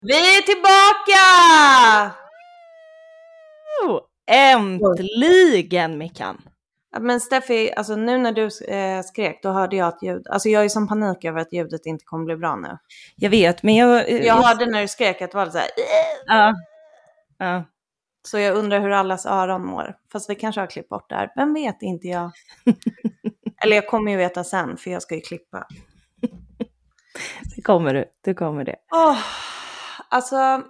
Vi är tillbaka! Äntligen, Mickan! Men Steffi, alltså nu när du skrek, då hörde jag att ljud... Alltså jag är som panik över att ljudet inte kommer bli bra nu. Jag vet, men jag hörde när du skrek att det var så här... Ja. Så jag undrar hur allas öron mår. Fast vi kanske har klippt bort det här. Vem vet, inte jag. Eller jag kommer ju veta sen, för jag ska ju klippa. Det kommer det. Alltså...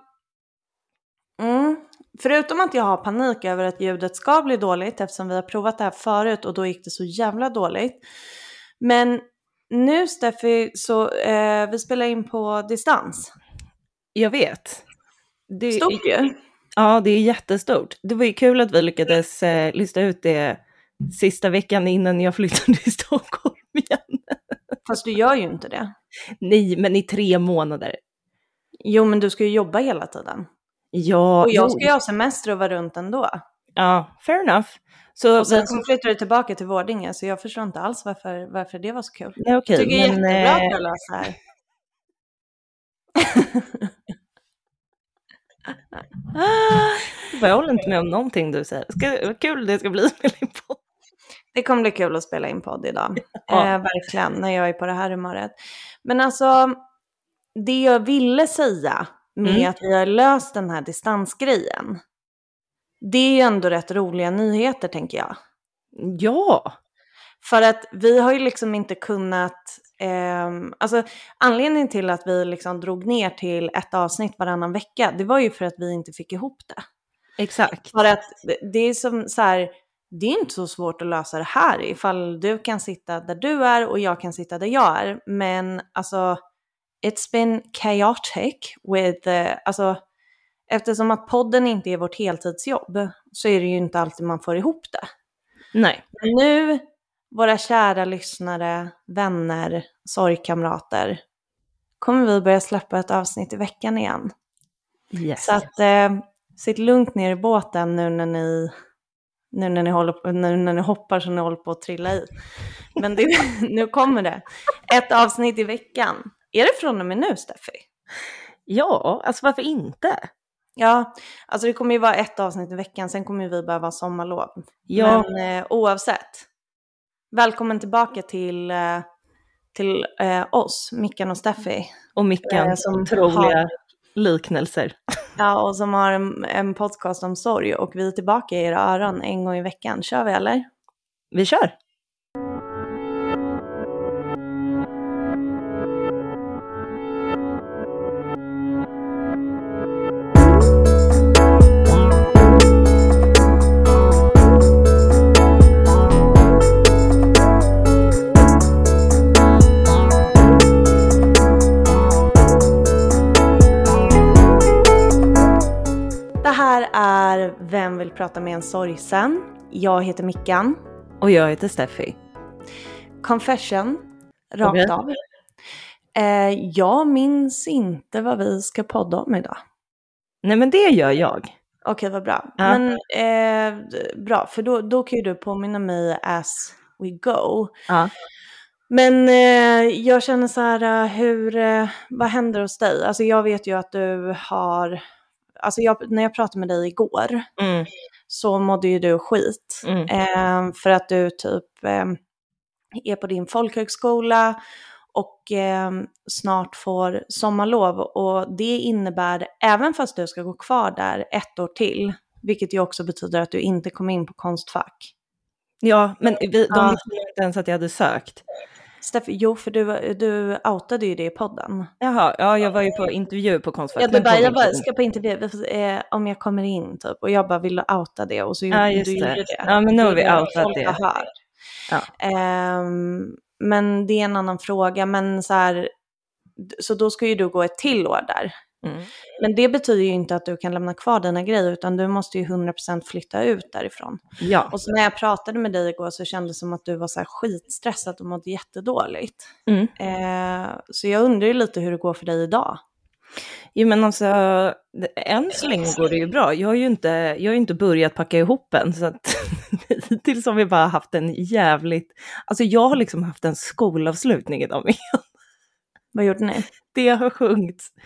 Förutom att jag har panik över att ljudet ska bli dåligt, eftersom vi har provat det här förut och då gick det så jävla dåligt. Men nu, Steffi, så vi spelar in på distans. Jag vet. Stort ju. Ja, det är jättestort. Det var ju kul att vi lyckades lista ut det sista veckan innan jag flyttade till Stockholm igen. Fast du gör ju inte det. Nej, men i 3 månader. Jo, men du ska ju jobba hela tiden. Ja. Och jag ska ju ha semester och vara runt ändå. Ja, fair enough. Så, och sen flyttar du tillbaka till Vårdinge, så jag förstår inte alls varför det var så kul. Nej, okej, jag tycker det är jättebra att jag löser här. Jag håller inte med om någonting du säger. Vad kul det ska bli att spela in podd. Det kommer bli kul att spela in podd idag. Verkligen, när jag är på det här humöret. Men alltså, det jag ville säga med att vi har löst den här distansgrejen, det är ju ändå rätt roliga nyheter, tänker jag. Ja. För att vi har ju liksom inte kunnat... alltså anledningen till att vi liksom drog ner till ett avsnitt varannan vecka, det var ju för att vi inte fick ihop det. Exakt. För att det är som så här, det är inte så svårt att lösa det här ifall du kan sitta där du är och jag kan sitta där jag är. Men alltså, it's been chaotic with, alltså, eftersom att podden inte är vårt heltidsjobb så är det ju inte alltid man får ihop det. Nej. Men nu, våra kära lyssnare, vänner, sorgkamrater, kommer vi börja släppa ett avsnitt i veckan igen. Yes. Så att sitt lugnt ner i båten nu när ni hoppar så ni håller på att trilla i. Men nu kommer det. Ett avsnitt i veckan. Är det från och med nu, Steffi? Ja, alltså varför inte? Ja, alltså det kommer ju vara ett avsnitt i veckan. Sen kommer vi behöva ha sommarlov. Ja. Men oavsett. Välkommen tillbaka till oss, Mickan och Steffi. Och Mickan som otroliga liknelser. Ja, och som har en podcast om sorg. Och vi är tillbaka i era öron en gång i veckan. Kör vi, eller? Vi kör! Vem vill prata med en sorgsen? Jag heter Mickan. Och jag heter Steffi. Confession, rakt av. Jag minns inte vad vi ska podda om idag. Nej, men det gör jag. Okej, vad bra. Ja. Men bra, för då kan ju du påminna mig as we go. Ja. Men jag känner så här, vad händer hos dig? Alltså jag vet ju att du har... Alltså när jag pratade med dig igår så mådde ju du skit. För att du typ är på din folkhögskola och snart får sommarlov. Och det innebär, även fast du ska gå kvar där 1 år till, vilket ju också betyder att du inte kommer in på Konstfack. Ja, men de visste inte ens att jag hade sökt. Steffi, jo, för du outade ju det i podden. Jaha, ja, jag var ju på intervju på Konstfack. Ja, jag bara ska på intervju om jag kommer in typ. Och jag bara ville outa det. Och så just du det. gjorde det. Ja, men nu har vi outat det. Ja. Men det är en annan fråga. Men så då ska ju du gå ett till år där. Men det betyder ju inte att du kan lämna kvar dina grejer, utan du måste ju 100% flytta ut därifrån. Ja. Och så när jag pratade med dig igår så kändes det som att du var så här skitstressad och mådde jättedåligt. Så jag undrar ju lite hur det går för dig idag. Jo, men alltså, än så länge går det ju bra. Jag har ju inte börjat packa ihop än, så att hittills har vi bara haft en jävligt... Alltså jag har liksom haft en skolavslutning idag med. Vad gjorde ni? Det har sjungits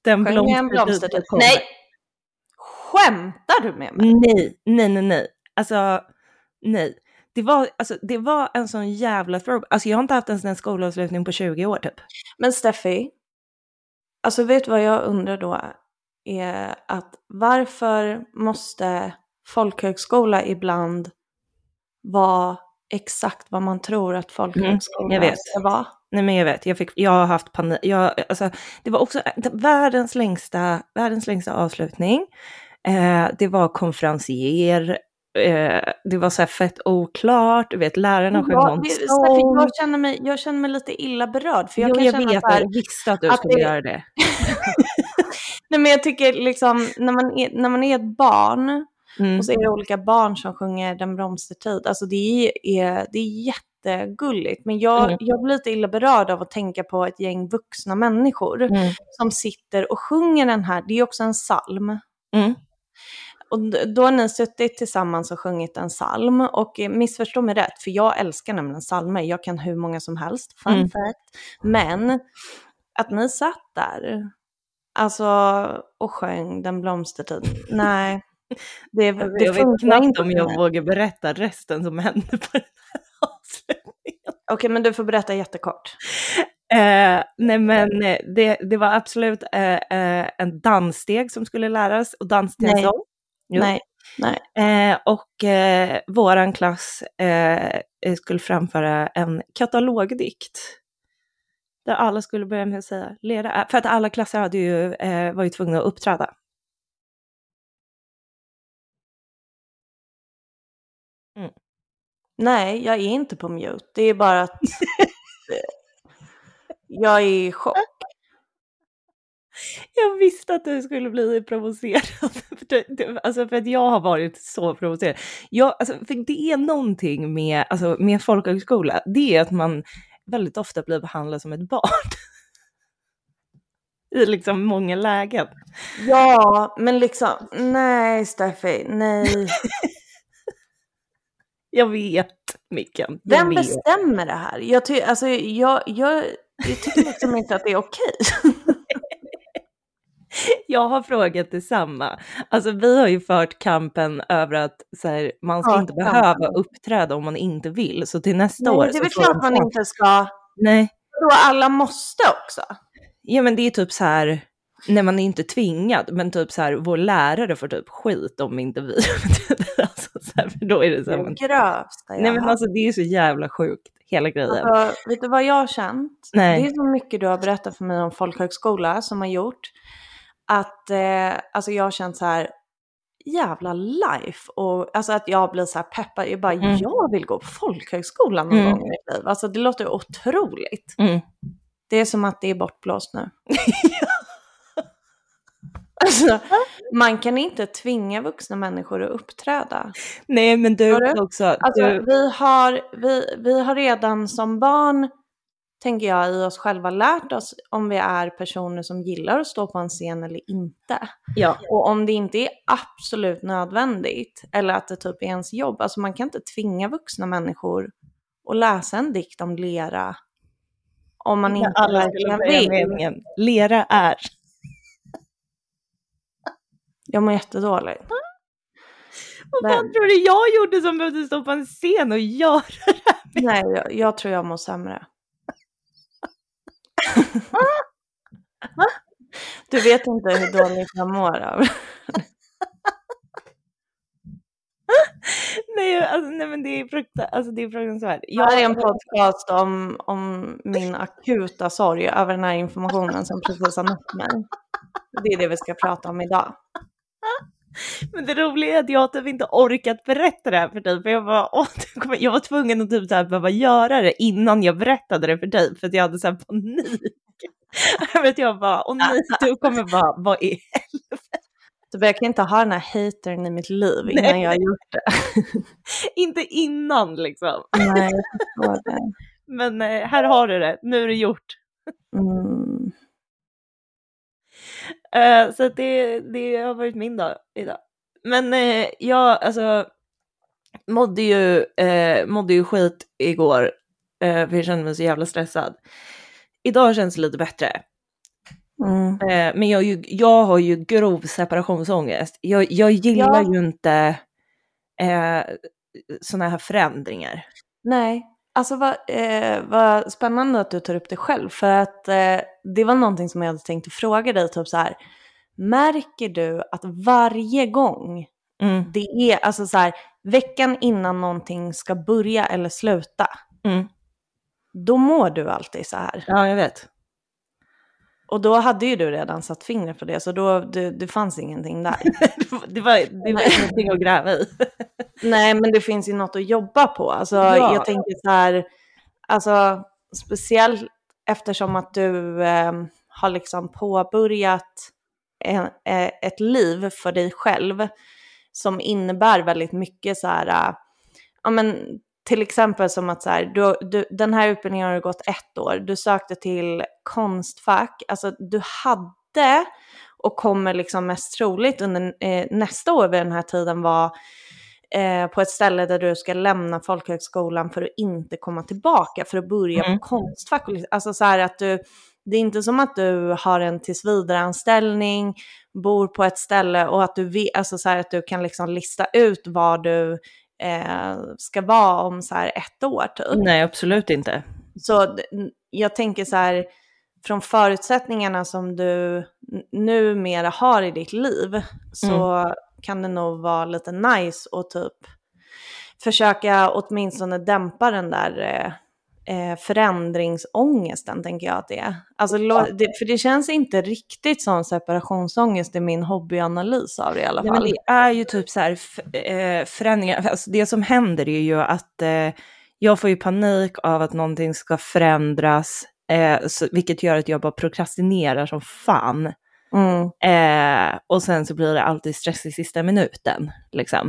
Den blomstertid kommer. Nej! Skämtar du med mig? Nej. Alltså, nej. Det var en sån jävla throwback. Alltså jag har inte haft en skolavslutning på 20 år typ. Men Steffi, alltså vet du vad jag undrar då? Är att varför måste folkhögskola ibland vara exakt vad man tror att folkhögskola ska vara? Nej men jag vet, jag har haft panik. Det var också världens längsta avslutning. Det var konferencier. Det var så här fett oklart, du vet, lärarna sjöng någon sång. Jag känner mig lite illa berörd. För jag visste att du skulle göra det. Nej men jag tycker liksom, när man är ett barn och så är det olika barn som sjunger Den blomstertid. Alltså det är jättegulligt. Men jag blir lite illa berörd av att tänka på ett gäng vuxna människor som sitter och sjunger den här. Det är också en psalm. Och då har ni suttit tillsammans och sjungit en psalm. Och missförstå mig rätt, för jag älskar nämligen psalmer. Jag kan hur många som helst, fun fact. Men att ni satt där alltså, och sjöng Den blomstertid. Nej. Jag vet knappt om jag vågar berätta resten som hände på den här avslutningen. Okej, men du får berätta jättekort. Nej men det var absolut en danssteg som skulle läras och danstensång. Nej. Och våran klass skulle framföra en katalogdikt. Där alla skulle börja med att säga lera är. För att alla klasser var ju tvungna att uppträda. Nej, jag är inte på mute. Det är bara att jag är i chock. Jag visste att du skulle bli provocerad. Alltså för att jag har varit så provocerad. För det är någonting med folkhögskola. Det är att man väldigt ofta blir behandlad som ett barn. I liksom många lägen. Ja, men liksom, nej Steffi, nej. Jag vet, Micken. Vem bestämmer det här? Jag tycker liksom inte att det är okej. Jag har frågat detsamma. Alltså vi har ju fört kampen över att så här, man ska inte behöva uppträda om man inte vill. Så till nästa år... Det är väl klart man inte ska... Nej. Då alla måste också. Ja men det är typ så här... När man är inte tvingad, men typ så här, vår lärare får typ skit om inte vi. Alltså, så här, för då är det så här, grövsta. Nej men alltså det är så jävla sjukt, hela grejen. Alltså, vet du vad jag har känt? Nej. Det är så mycket du har berättat för mig om folkhögskola som har gjort att alltså jag har känt så här jävla life och alltså att jag blir så här peppad. Jag bara, jag vill gå på folkhögskolan någon gång i mitt liv. Alltså det låter otroligt. Det är som att det är bortblåst nu. Alltså, man kan inte tvinga vuxna människor att uppträda. Nej, men du också. Alltså, vi har redan som barn, tänker jag, i oss själva lärt oss om vi är personer som gillar att stå på en scen eller inte. Ja. Och om det inte är absolut nödvändigt eller att det typ är ens jobb. Alltså man kan inte tvinga vuxna människor att läsa en dikt om lera. Om man inte verkligen vill. Meningen. Lera är. Jag mår jättedåligt. Vad fan tror du jag gjorde som behövde stå på en scen och göra det här? Nej, jag tror jag mår sämre. Du vet inte hur dåligt jag mår av. Nej, men det är fruktansvärt. Det här är en podcast om min akuta sorg över den här informationen som precis har nått mig. Det är det vi ska prata om idag. Men det roliga är att jag typ inte orkat berätta det här för dig. För jag var tvungen att typ så här behöva göra det innan jag berättade det för dig. För att jag hade så här panik. Jag bara, nej, du kommer bara, vad i helvete? Jag kan inte ha den här hatern i mitt liv innan jag har gjort det. Inte innan liksom. Nej, jag förstår det. Men här har du det, nu är det gjort. Så att det har varit min dag idag. Men jag alltså mådde ju skit igår. För jag kände mig så jävla stressad. Idag känns det lite bättre. Men jag har ju grov separationsångest. Jag gillar ju inte såna här förändringar. Nej, alltså vad spännande att du tar upp det själv. För att det var någonting som jag hade tänkt att fråga dig. Typ så här, märker du att varje gång det är, alltså så här, veckan innan någonting ska börja eller sluta, då mår du alltid så här? Ja, jag vet. Och då hade ju du redan satt fingret på det, så då det fanns ingenting där. det var ingenting att gräva i. Nej, men det finns ju något att jobba på. Alltså, jag tänker så här, alltså, speciellt eftersom att du har liksom påbörjat ett liv för dig själv som innebär väldigt mycket så här, ja men till exempel som att så här, den här utbildningen har du gått 1 år, du sökte till Konstfack, alltså du hade och kommer liksom mest troligt under nästa år vid den här tiden vara på ett ställe där du ska lämna folkhögskolan för att inte komma tillbaka, för att börja på Konstfack. Alltså så här att det är inte som att du har en tillsvidareanställning, bor på ett ställe och att du vet, alltså så här att du kan liksom lista ut vad du ska vara om så här 1 år typ. Nej, absolut inte. Så jag tänker så här, från förutsättningarna som du numera har i ditt liv, så kan det nog vara lite nice och typ försöka åtminstone dämpa den där förändringsångesten, tänker jag att det är. Alltså, för det känns inte riktigt som separationsångest i min hobbyanalys av det i alla fall. Ja, men det är ju typ så här förändringar. Alltså det som händer är ju att jag får ju panik av att någonting ska förändras, vilket gör att jag bara prokrastinerar som fan. Och sen så blir det alltid stress i sista minuten liksom.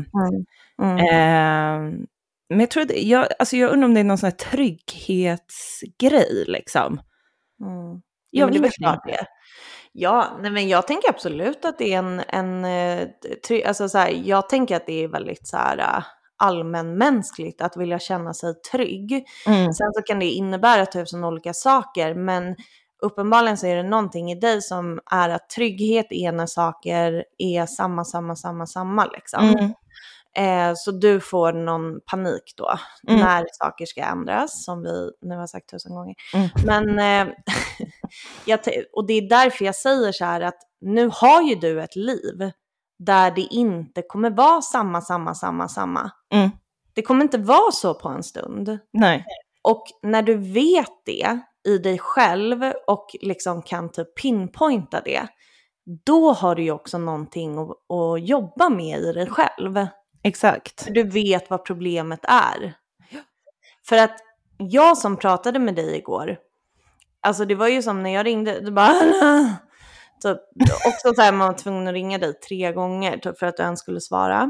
Men jag tror jag undrar om det är någon sån här trygghetsgrej liksom. Jag vill klart det. Ja, nej, men jag tänker absolut att det är alltså så här, jag tänker att det är väldigt så här allmänmänskligt att vilja känna sig trygg. Sen så kan det innebära 1000 olika saker, men uppenbarligen så är det någonting i dig som är att trygghet är när saker är samma liksom. Så du får någon panik då när saker ska ändras, som vi nu har sagt 1000 gånger. Men och det är därför jag säger så här, att nu har ju du ett liv där det inte kommer vara samma. Det kommer inte vara så på en stund. Nej. Och när du vet det i dig själv och liksom kan typ pinpointa det, då har du ju också någonting att jobba med i dig själv. Exakt. För du vet vad problemet är. För att jag som pratade med dig igår, alltså det var ju som när jag ringde, du bara typ, också så här, man var tvungen att ringa dig 3 gånger typ, för att du ens skulle svara.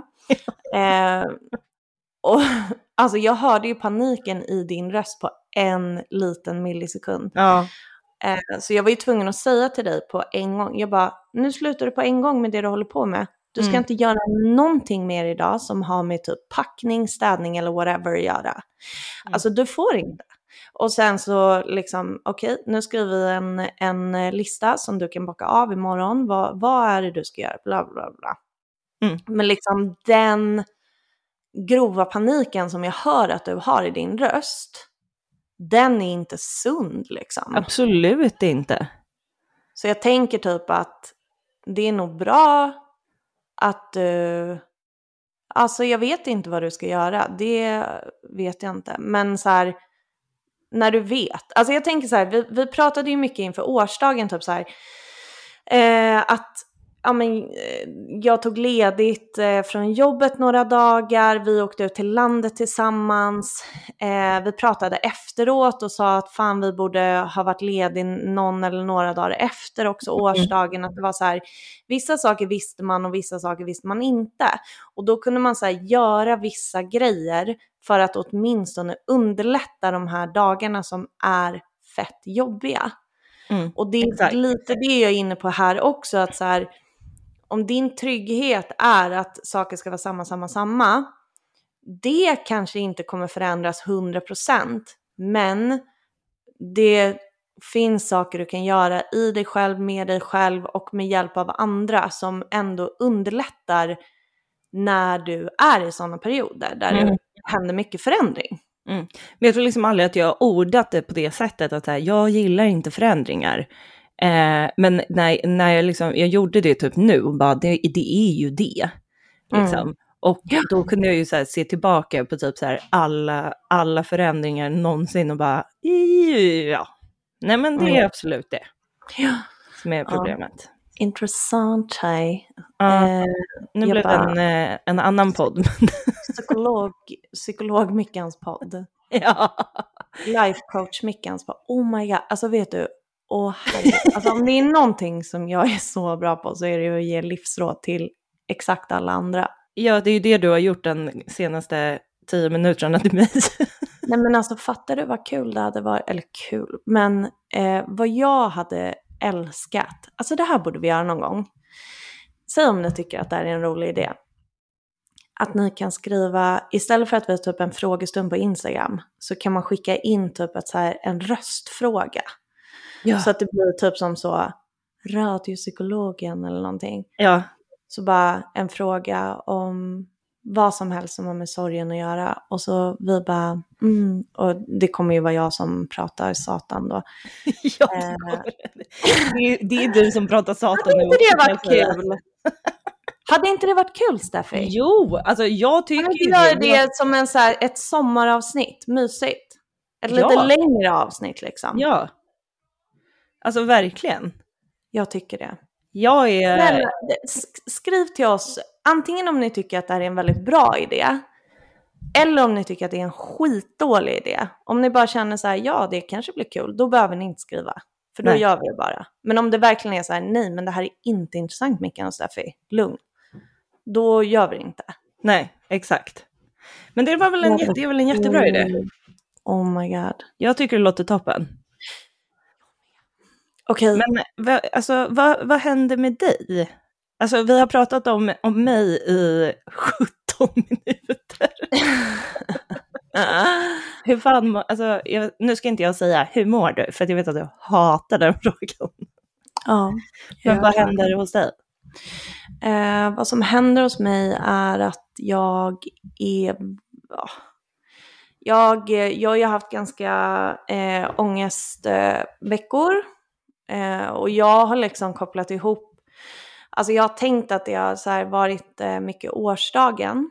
Och alltså jag hörde ju paniken i din röst på 1 liten millisekund. Ja. Så jag var ju tvungen att säga till dig på en gång, jag bara, nu slutar du på en gång med det du håller på med. Du ska inte göra någonting mer idag som har med typ packning, städning eller whatever att göra. Alltså du får inte. Och sen så liksom, okej, nu skriver vi en lista som du kan bocka av imorgon. Vad är det du ska göra? Bla bla bla. Men liksom den grova paniken som jag hör att du har i din röst, den är inte sund liksom. Absolut inte. Så jag tänker typ att det är nog bra att du, alltså jag vet inte vad du ska göra, det vet jag inte, men så här, när du vet, alltså jag tänker så här, vi pratade ju mycket inför årsdagen typ så här, att ja, men, jag tog ledigt från jobbet några dagar, vi åkte ut till landet tillsammans, vi pratade efteråt och sa att fan vi borde ha varit ledig någon eller några dagar efter också årsdagen, att det var så här, vissa saker visste man och vissa saker visste man inte, och då kunde man så här, göra vissa grejer för att åtminstone underlätta de här dagarna som är fett jobbiga. Och det är lite det jag är inne på här också, att så här, om din trygghet är att saker ska vara samma, det kanske inte kommer förändras 100%, men det finns saker du kan göra i dig själv, med dig själv och med hjälp av andra som ändå underlättar när du är i sådana perioder där det händer mycket förändring. Men jag tror liksom aldrig att jag har ordat det på det sättet att här, jag gillar inte förändringar. Men när jag gjorde det typ nu, bara, det är ju det. Liksom. Och då kunde jag ju så här, se tillbaka på typ så här, alla förändringar någonsin och bara, ja. Nej men det är absolut det som är problemet. Intressant, hej. Nu blev det en annan podd. Psykolog Mickans podd. Ja. Life coach Mickans podd. Oh my god, alltså vet du, alltså om det är någonting som jag är så bra på så är det att ge livsråd till exakt alla andra. Ja, det är ju det du har gjort den senaste 10 minuterna till mig. Nej men alltså fattar du vad kul det hade varit, eller kul, men vad jag hade älskat, alltså det här borde vi göra någon gång. Säg om ni tycker att det här är en rolig idé. Att ni kan skriva, istället för att vi har typ en frågestund på Instagram, så kan man skicka in typ en röstfråga. Ja. Så att det blir typ som så, radiopsykologen eller någonting. Ja. Så bara en fråga om vad som helst som har med sorgen att göra. Och så vi bara, och det kommer ju vara jag som pratar satan då. Ja, det är du som pratar satan. Hade inte det varit kul? Hade inte det varit kul, Steffi? Jo, alltså jag tycker ju det som en ett sommaravsnitt, mysigt. Ett lite längre avsnitt liksom. Ja, alltså verkligen. Jag tycker det. Snälla, skriv till oss, antingen om ni tycker att det här är en väldigt bra idé, eller om ni tycker att det är en skitdålig idé. Om ni bara känner ja det kanske blir kul, då behöver ni inte skriva. För då gör vi det bara. Men om det verkligen är nej men det här är inte intressant, Mickan och Steffi, lugn. Då gör vi det inte. Nej, exakt. Men det var väl en jättebra idé. Oh my god. Jag tycker det låter toppen. Okej. Men vad händer med dig? Alltså vi har pratat om mig i 17 minuter. Hur fan, alltså nu ska inte jag säga hur mår du? För att jag vet att du hatar den frågan. Ja. Men vad händer hos dig? Vad som händer hos mig är att jag har haft ganska ångestveckor. Och jag har liksom kopplat ihop, alltså jag har tänkt att det har varit mycket årsdagen.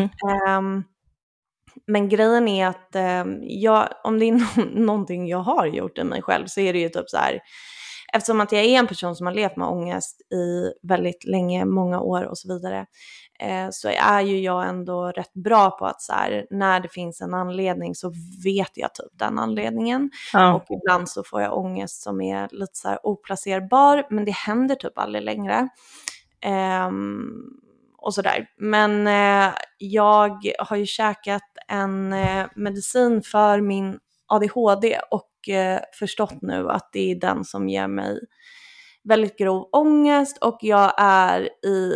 Men grejen är att om det är någonting jag har gjort i mig själv så är det ju typ eftersom att jag är en person som har levt med ångest i väldigt länge, många år och så vidare, så är ju jag ändå rätt bra på att när det finns en anledning så vet jag typ den anledningen. Ja. Och ibland så får jag ångest som är lite oplacerbar, men det händer typ aldrig längre. Och sådär. Men jag har ju käkat en medicin för min ADHD och förstått nu att det är den som ger mig väldigt grov ångest, och jag är i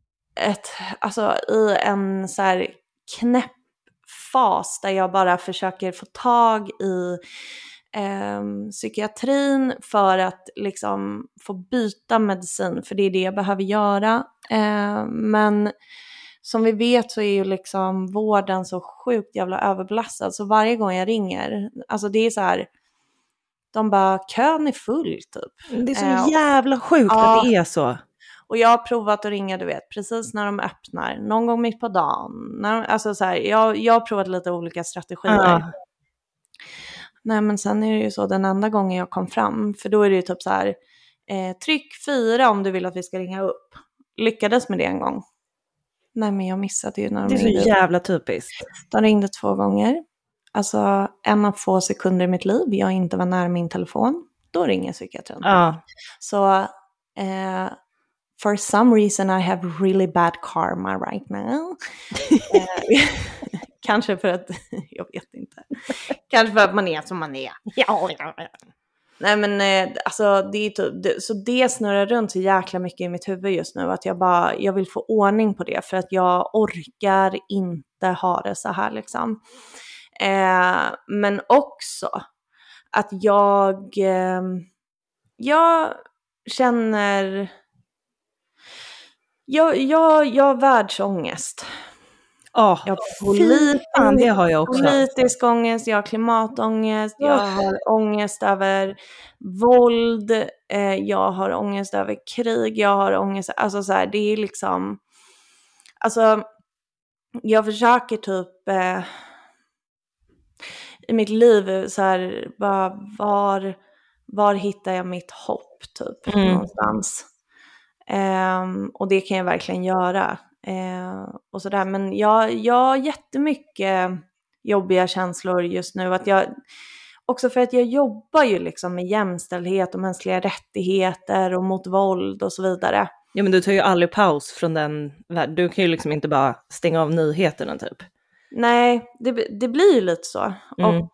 en knäpp fas där jag bara försöker få tag i psykiatrin för att liksom få byta medicin, för det är det jag behöver göra. Men som vi vet så är ju liksom vården så sjukt jävla överbelastad, så varje gång jag ringer, alltså det är de bara, kön är full typ. Det är så jävla sjukt att det är så. Och jag har provat att ringa, du vet, precis när de öppnar, någon gång mitt på dagen. Jag har provat lite olika strategier. Nej, men sen är det ju så, den enda gången jag kom fram, för då är det ju typ tryck 4 om du vill att vi ska ringa upp. Lyckades med det en gång. Nej, men jag missade ju när de ringde. Det är så jävla typiskt. De ringde 2 gånger. Alltså en av få sekunder i mitt liv jag inte var nära min telefon. Då ringer psykiatrin. Så for some reason I have really bad karma right now. Kanske för att, jag vet inte. Kanske för att man är som man är. Ja. Nej men alltså det är typ, så det snurrar runt så jäkla mycket i mitt huvud just nu, att jag vill få ordning på det, för att jag orkar inte ha det så här liksom. Men också att jag känner... Jag har världsångest. Jag har det har jag också. politisk ångest, jag har klimatångest, jag har ångest över våld, jag har ångest över krig, jag har ångest, alltså så här, det är liksom, alltså jag försöker typ i mitt liv så här, bara var hittar jag mitt hopp typ någonstans. Och det kan jag verkligen göra. Och sådär. Men jag har jättemycket jobbiga känslor just nu. Också för att jag jobbar ju liksom med jämställdhet och mänskliga rättigheter och mot våld och så vidare. Ja, men du tar ju aldrig paus från den världen. Du kan ju liksom inte bara stänga av nyheterna typ. Nej, det blir ju lite så. Och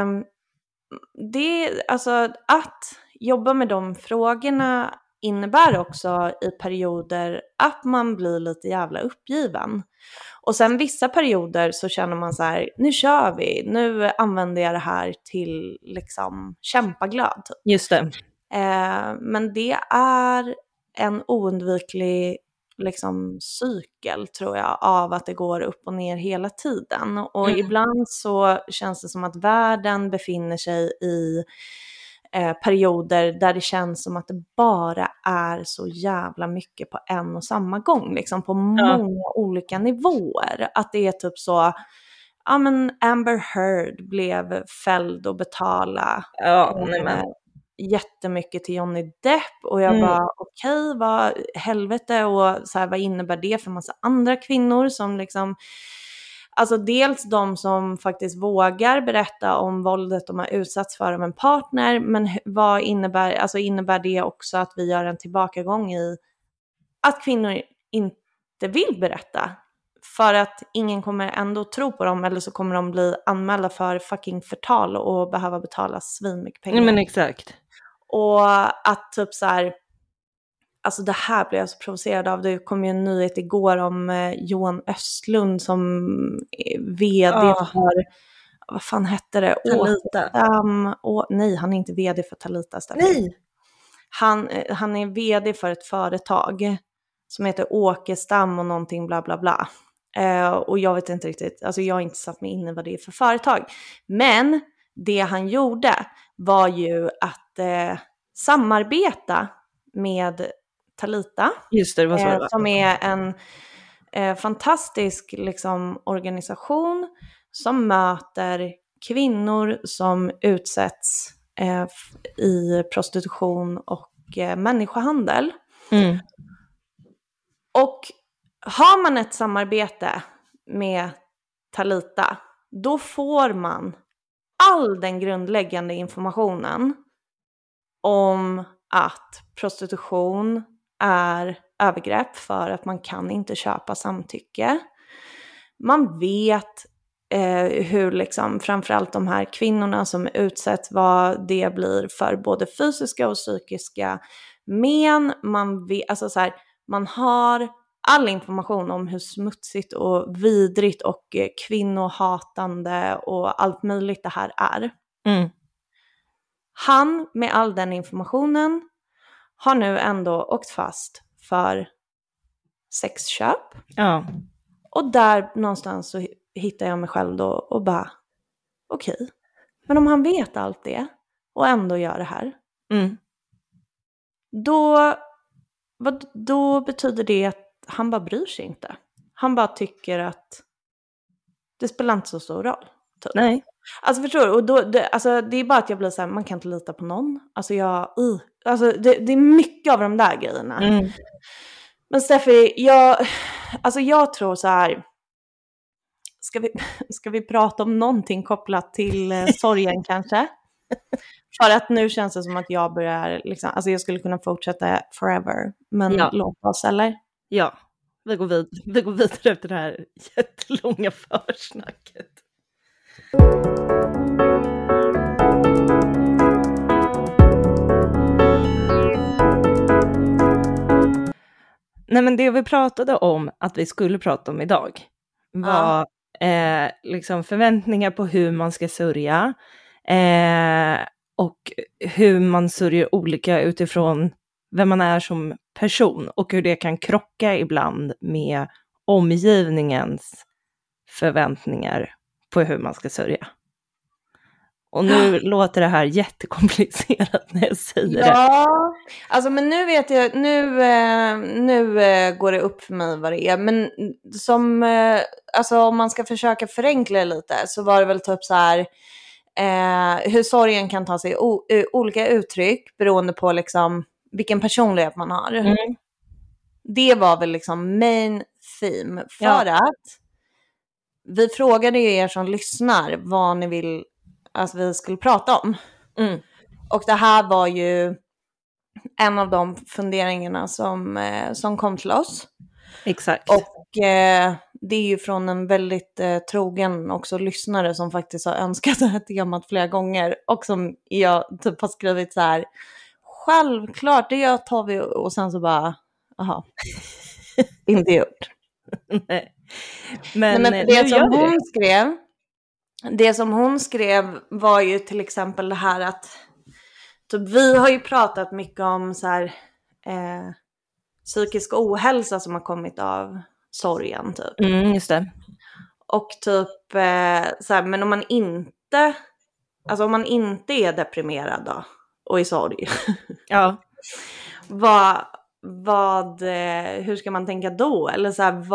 alltså att jobba med de frågorna innebär också i perioder att man blir lite jävla uppgiven. Och sen vissa perioder så känner man så här, nu kör vi, nu använder jag det här till liksom kämpaglöd. Typ. Just det. Men det är en oundviklig liksom cykel tror jag av att det går upp och ner hela tiden. Och ibland så känns det som att världen befinner sig i perioder där det känns som att det bara är så jävla mycket på en och samma gång. Liksom på många olika nivåer. Att det är typ så, ja men Amber Heard blev fälld och betala jättemycket till Johnny Depp. Och jag bara okej, vad helvete och så här, vad innebär det för massa andra kvinnor som liksom... Alltså dels de som faktiskt vågar berätta om våldet de har utsatts för av en partner. Men vad innebär det också att vi gör en tillbakagång i att kvinnor inte vill berätta? För att ingen kommer ändå tro på dem, eller så kommer de bli anmälda för fucking förtal och behöva betala svinmycket pengar. Men exakt. Och att typ så här... Alltså det här blev jag så provocerad av. Det kom ju en nyhet igår om Johan Östlund som är vd för, vad fan hette det? Talita. Nej, han är inte vd för Talita. Nej. Han är vd för ett företag som heter Åkestam och någonting bla bla bla. Och jag vet inte riktigt, alltså jag har inte satt mig in i vad det är för företag. Men det han gjorde var ju att samarbeta med Talita. Just det, var så det var. Som är en fantastisk liksom, organisation som möter kvinnor som utsätts i prostitution och människohandel. Och har man ett samarbete med Talita, då får man all den grundläggande informationen om att prostitution är övergrepp för att man kan inte köpa samtycke. Man vet hur liksom framförallt de här kvinnorna som utsätts, vad det blir för både fysiska och psykiska men. Man vet, alltså så här, man har all information om hur smutsigt och vidrigt och kvinnohatande och allt möjligt det här är. Han med all den informationen har nu ändå åkt fast för sexköp. Ja. Och där någonstans så hittar jag mig själv då och bara okej. Men om han vet allt det och ändå gör det här. Då betyder det att han bara bryr sig inte. Han bara tycker att det spelar inte så stor roll. Typ. Nej. Alltså förstår du? Och då, det är bara att jag blir så här, man kan inte lita på någon. Alltså det är mycket av de där grejerna. Men Steffi, jag tror så här. Ska vi prata om någonting kopplat till sorgen kanske? För att nu känns det som att jag börjar liksom, alltså jag skulle kunna fortsätta forever. Men låt oss, eller? Ja, vi går vidare efter det här jättelånga försnacket. Nej, men det vi pratade om att vi skulle prata om idag var liksom förväntningar på hur man ska sörja. och hur man sörjer olika utifrån vem man är som person och hur det kan krocka ibland med omgivningens förväntningar på hur man ska sörja. Och nu låter det här jättekomplicerat när jag säger det. Ja, alltså men nu vet jag, nu går det upp för mig vad det är. Men som, alltså om man ska försöka förenkla det lite så var det väl typ så här, hur sorgen kan ta sig olika uttryck beroende på liksom vilken personlighet man har. Mm. Det var väl liksom main theme för att vi frågade ju er som lyssnar vad ni vill att vi skulle prata om. Mm. Och det här var ju en av de funderingarna som kom till oss. Exakt. Och det är ju från en väldigt trogen också lyssnare som faktiskt har önskat det här temat flera gånger. Och som jag typ har skrivit så här, självklart, det tar vi. Och sen så bara, aha, inte gjort. Nej. Men det som hon skrev var ju till exempel det här att typ, vi har ju pratat mycket om så här, psykisk ohälsa som har kommit av sorgen typ. Just det. Och typ så här, men om man inte är deprimerad då och i sorg. Ja. Hur ska man tänka då? Eller så här,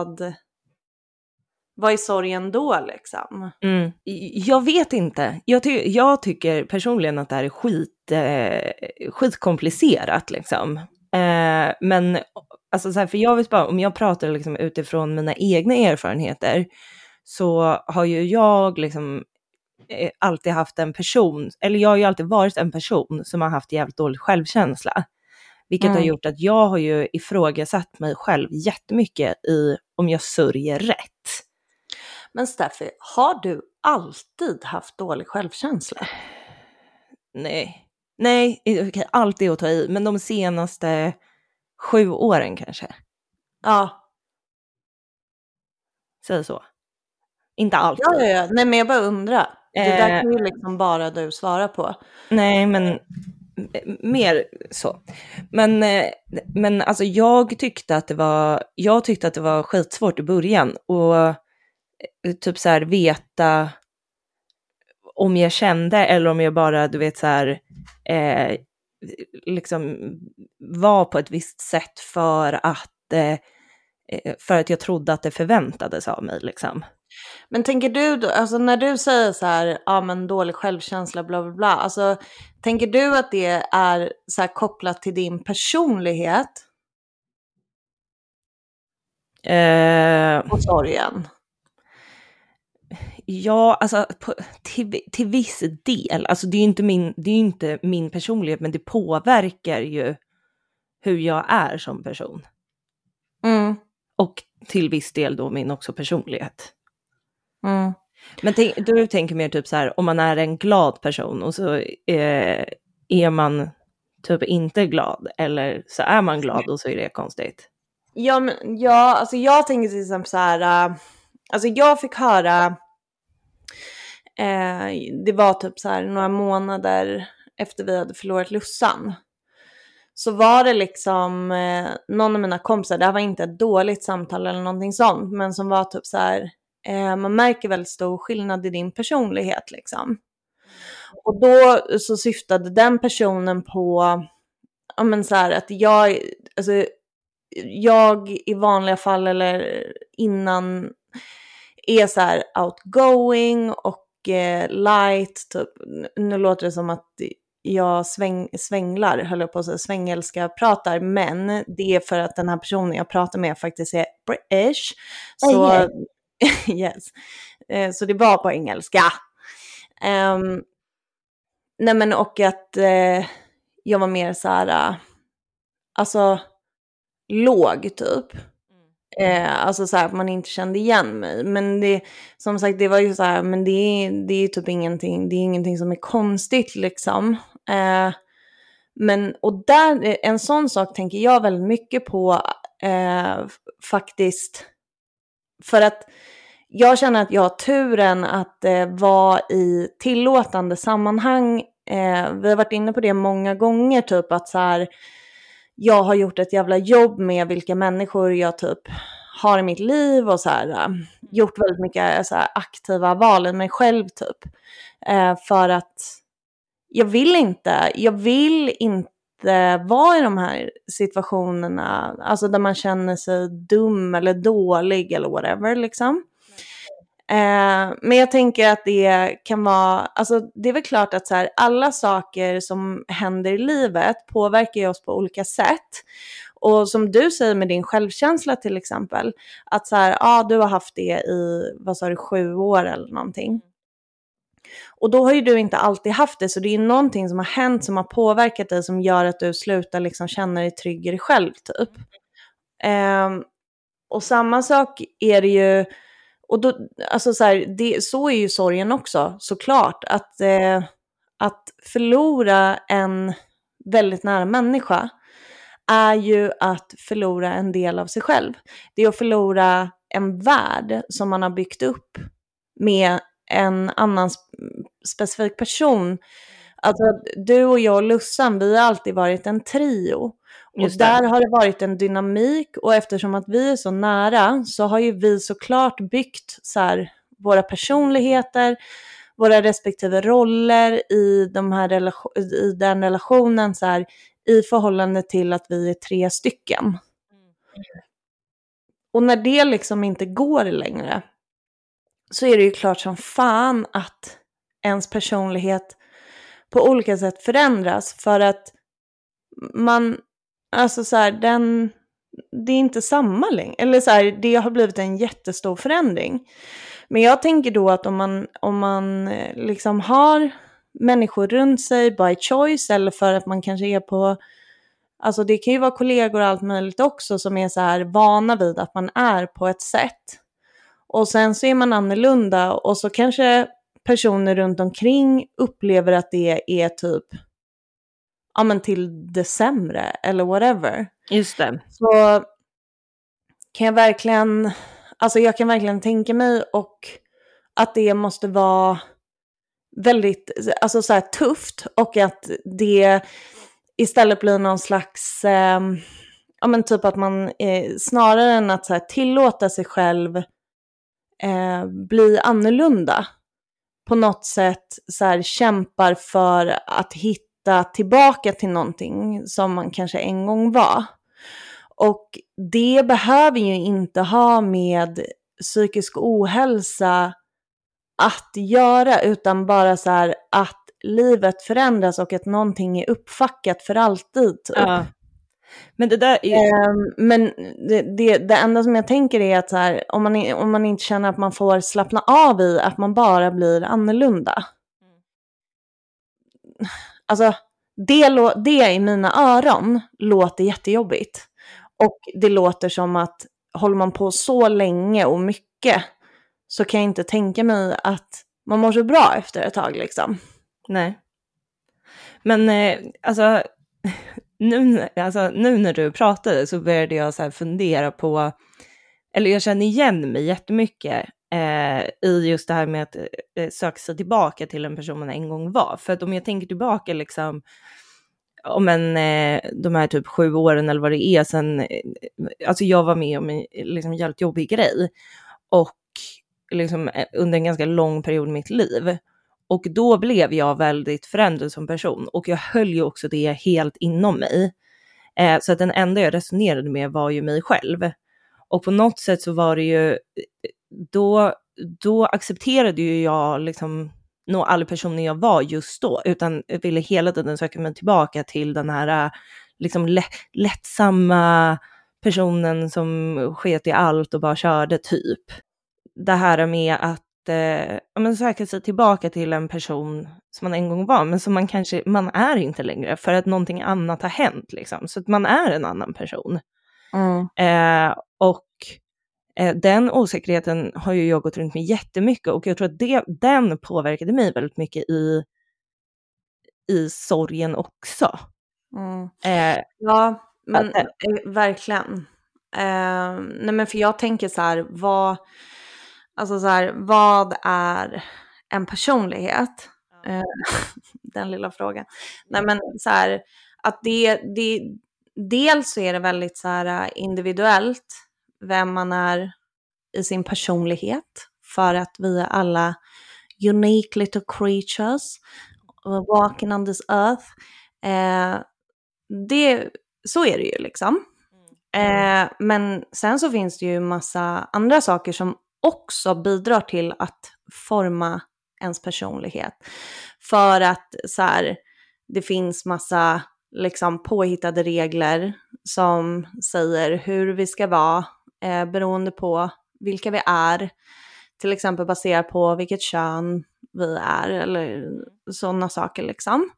vad är sorgen då liksom? Jag vet inte. Jag tycker personligen att det här är skitkomplicerat liksom. Men alltså så här, för jag vet bara, om jag pratar liksom utifrån mina egna erfarenheter så har ju jag liksom alltid haft en person, eller jag har ju alltid varit en person som har haft jävligt dålig självkänsla. Vilket har gjort att jag har ju ifrågasatt mig själv jättemycket i om jag sörjer rätt. Men Steffi, har du alltid haft dålig självkänsla? Nej, okej, alltid att ta i, men de senaste 7 åren kanske. Ja. Säg så. Inte alltid. Ja. Nej, men jag bara undrar. Det där kan ju liksom bara du svara på. Nej, men mer så. Men alltså jag tyckte att det var skitsvårt i början och typ så här veta om jag kände eller om jag bara, du vet så här liksom var på ett visst sätt för att jag trodde att det förväntades av mig liksom. Men tänker du då, alltså när du säger så här, ja men dålig självkänsla bla bla bla, alltså tänker du att det är så här kopplat till din personlighet? Och sorgen? Ja, alltså till viss del. Alltså det är ju inte min personlighet, men det påverkar ju hur jag är som person. Och till viss del då min också personlighet. Men du tänker mer typ så här, om man är en glad person och så är man typ inte glad, eller så är man glad och så är det konstigt. Alltså jag tänker till exempel så här, alltså jag fick höra, det var typ så här några månader efter vi hade förlorat Lussan. Så var det liksom någon av mina kompisar, det här var inte ett dåligt samtal eller någonting sånt, men som var typ så här, man märker väldigt stor skillnad i din personlighet liksom. Och då så syftade den personen på, ja men så här, att jag i vanliga fall eller innan är så här outgoing och light typ. Nu låter det som att jag svänglar, höll jag på att säga, svengelska pratar, men det är för att den här personen jag pratar med faktiskt är British. Så yes. Så det var på engelska. Nej men och att jag var mer så här, alltså låg typ. Alltså så här att man inte kände igen mig. Men det, som sagt, det var ju så här, men det är typ ingenting, det är ingenting som är konstigt liksom. Men, och där, en sån sak tänker jag väldigt mycket på faktiskt. För att jag känner att jag har turen att vara i tillåtande sammanhang vi har varit inne på det många gånger, typ att så här, jag har gjort ett jävla jobb med vilka människor jag typ har i mitt liv och så här, gjort väldigt mycket så här, aktiva val i mig själv typ. För att jag vill inte vara i de här situationerna, alltså där man känner sig dum eller dålig eller whatever liksom. Men jag tänker att det kan vara, alltså det är väl klart att så här, alla saker som händer i livet påverkar ju oss på olika sätt. Och som du säger med din självkänsla till exempel, att så här, du har haft det i, 7 år eller någonting. Och då har ju du inte alltid haft det, så det är någonting som har hänt som har påverkat dig som gör att du slutar liksom känna dig trygg i dig själv typ. Och samma sak är det ju, och då, alltså så här, så är ju sorgen också såklart, att förlora en väldigt nära människa är ju att förlora en del av sig själv. Det är att förlora en värld som man har byggt upp med en annan specifik person. Alltså du och jag och Lussan, vi har alltid varit en trio. Och där har det varit en dynamik, och eftersom att vi är så nära så har ju vi såklart byggt så här, våra personligheter, våra respektive roller i den relationen så här, i förhållande till att vi är 3 stycken. Och när det liksom inte går längre, så är det ju klart som fan att ens personlighet på olika sätt förändras, för att man, alltså så här, det är inte samma längre, eller så här, det har blivit en jättestor förändring. Men jag tänker då att om man liksom har människor runt sig by choice, eller för att man kanske är på, alltså det kan ju vara kollegor och allt möjligt också, som är så här vana vid att man är på ett sätt. Och sen så är man annorlunda, och så kanske personer runt omkring upplever att det är typ, ja men till det sämre eller whatever. Just det. Så kan jag verkligen, alltså jag kan verkligen tänka mig, och att det måste vara väldigt, alltså så här tufft, och att det istället blir någon slags, ja men typ att man snarare än att så här tillåta sig själv bli annorlunda, på något sätt så här kämpar för att hitta tillbaka till någonting som man kanske en gång var. Och det behöver ju inte ha med psykisk ohälsa att göra, utan bara så här att livet förändras och att någonting är uppfackat för alltid typ. Ja. Men det där är... men det enda som jag tänker är att så här, om man inte känner att man får slappna av i att man bara blir annorlunda. Alltså det i mina öron låter jättejobbigt. Och det låter som att håller man på så länge och mycket, så kan jag inte tänka mig att man mår så bra efter ett tag liksom. Nej. Men alltså nu när du pratade så började jag så här fundera på, eller jag känner igen mig jättemycket i just det här med att söka sig tillbaka till en person man en gång var. För att om jag tänker tillbaka liksom, om de här typ 7 åren eller vad det är sen, alltså jag var med om en liksom jävligt jobbig grej, och liksom under en ganska lång period i mitt liv. Och då blev jag väldigt förändrad som person, och jag höll ju också det helt inom mig. Så att den enda jag resonerade med var ju mig själv. Och på något sätt så var det ju, då accepterade ju jag liksom nog alla personer jag var just då, utan ville hela tiden söka mig tillbaka till den här liksom lättsamma personen som sket i allt och bara körde typ. Det här med att söka sig tillbaka till en person som man en gång var, men som man är inte längre, för att någonting annat har hänt liksom, så att man är en annan person. Och den osäkerheten har ju jag gått runt med jättemycket, och jag tror att den påverkade mig väldigt mycket i sorgen också. Ja, men verkligen. Nej men för jag tänker så här, vad är en personlighet? Den lilla frågan. Nej, men så här, att det dels så är det väldigt så här individuellt vem man är i sin personlighet, för att vi är alla unique little creatures walking on this earth. Så är det ju liksom. Men sen så finns det ju massa andra saker som också bidrar till att forma ens personlighet. För att så här, det finns massa liksom påhittade regler som säger hur vi ska vara beroende på vilka vi är. Till exempel baserat på vilket kön vi är eller sådana saker liksom.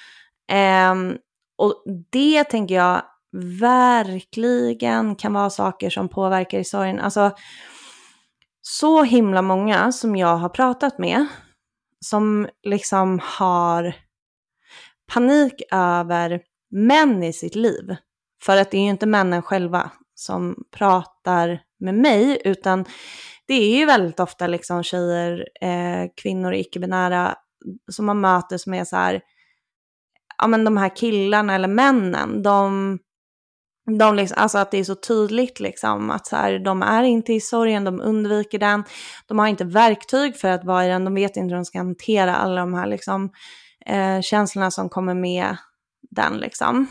Och det tänker jag verkligen kan vara saker som påverkar i sorgen. Alltså så himla många som jag har pratat med som liksom har panik över män i sitt liv. För att det är ju inte männen själva som pratar med mig, utan det är ju väldigt ofta liksom tjejer, kvinnor, icke-binära som man möter som är så här, ja men de här killarna eller männen, de liksom, alltså att det är så tydligt liksom att så här, de är inte i sorgen, de undviker den, de har inte verktyg för att vara i den, de vet inte hur de ska hantera alla de här liksom känslorna som kommer med den liksom.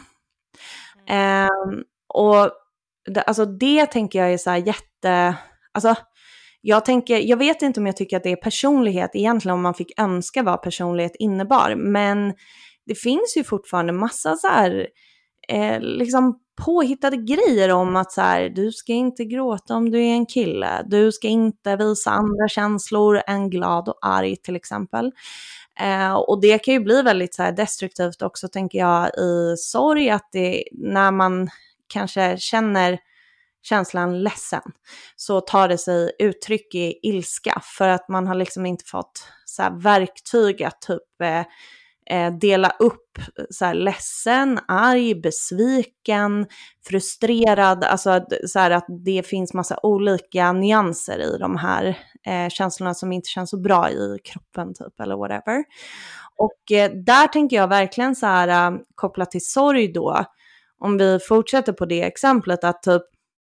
Och alltså det tänker jag är så här alltså jag vet inte om jag tycker att det är personlighet egentligen, om man fick önska vad personlighet innebar, men det finns ju fortfarande massa så här liksom påhittade grejer om att så här, du ska inte gråta om du är en kille, du ska inte visa andra känslor än glad och arg till exempel. Och det kan ju bli väldigt så här destruktivt också, tänker jag, i sorg, att det, när man kanske känner känslan ledsen, så tar det sig uttryck i ilska, för att man har liksom inte fått så här verktyg att typ dela upp så här ledsen, arg, besviken, frustrerad, alltså så här att det finns massa olika nyanser i de här känslorna som inte känns så bra i kroppen typ, eller whatever. Och där tänker jag verkligen så här kopplat till sorg då, om vi fortsätter på det exemplet, att typ